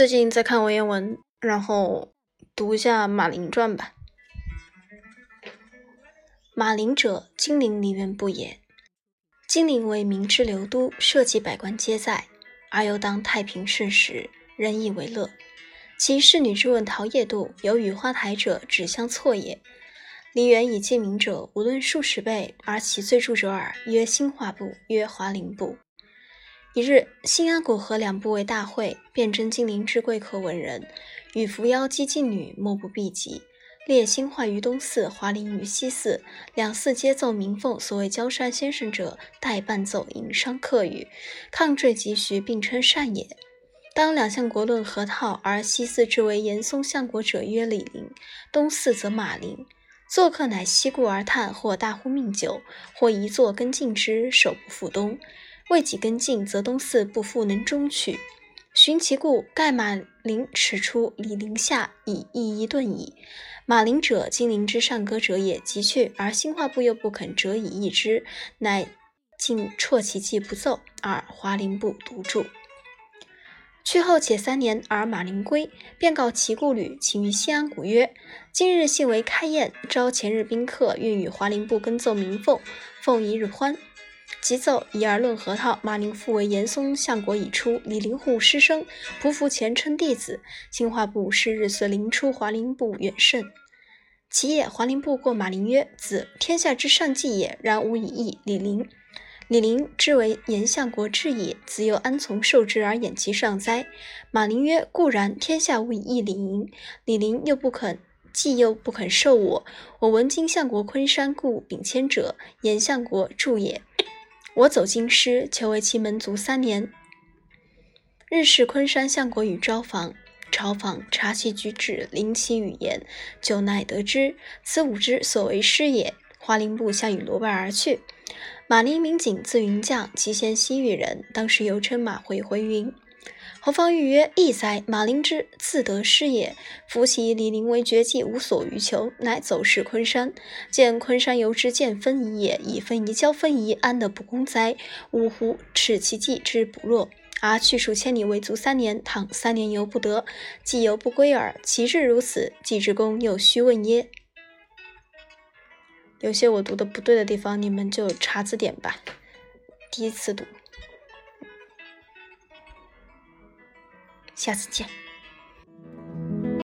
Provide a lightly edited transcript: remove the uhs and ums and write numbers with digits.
最近在看文言文，然后读一下马陵传吧。马陵者，金陵梨园部也。金陵为民之流都，社稷百官皆在，而又当太平盛时，人以为乐。其侍女之问陶业度，有雨花台者，只相错也。梨园以近民者，无论数十倍，而其最著者耳，曰兴化部，曰华陵部。一日，新安、古河两部为大会，辩争金陵之贵客文人，与扶摇击进女，莫不避疾。列兴化于东寺，华陵于西寺，两寺皆奏鸣凤所谓焦山先生者，代伴奏吟商客语，抗坠疾徐，并称善也。当两相国论何套，而西寺之为严嵩相国者曰李陵，东寺则马陵。作客乃西顾而叹，或大呼命酒，或一坐跟进之，手不复东。未几跟进，则东寺不复能中去。寻其故，盖马陵始出李陵下，以一顿矣。马陵者，金陵之上歌者也，即去，而兴化部又不肯折以易之，乃竟辍其计不奏，而华陵部独著。去后且3年，而马陵归，便告其故旅，请于西安谷曰：今日幸为开宴，召前日宾客，愿与华陵部更奏鸣凤，凤一日欢。即奏，一而论何套，马陵复为严嵩相国已出，李陵户师生，仆服前称弟子。兴化部是日遂临出华陵部远甚。其夜，华陵部过马陵曰：子天下之上计也，然吾以义李陵。李陵之为严相国志也，子又安从受之而掩其上哉？马陵曰：固然，天下无以义李陵，李陵又不肯，既又不肯受我。我闻今相国昆山故秉谦者，严相国助也。我走京师，求为其门卒3年。日视昆山相国与朝访，察其举止，临其语言，久乃得知，此吾之所为师也。华陵部相与罗拜而去。马陵民警字云将，其先西域人，当时又称马回云。侯方域曰：义哉，马陵之自得师也。夫其以李陵为绝技，无所欲求，乃走视昆山，见昆山由之见分夷也，以分夷交分夷，安得不公哉？呜呼，耻其计之不弱。而去数千里为卒3年，倘3年犹不得，既犹不归耳。其志如此，计之功又须问耶？有些我读的不对的地方，你们就查字典吧。第一次读，下次见。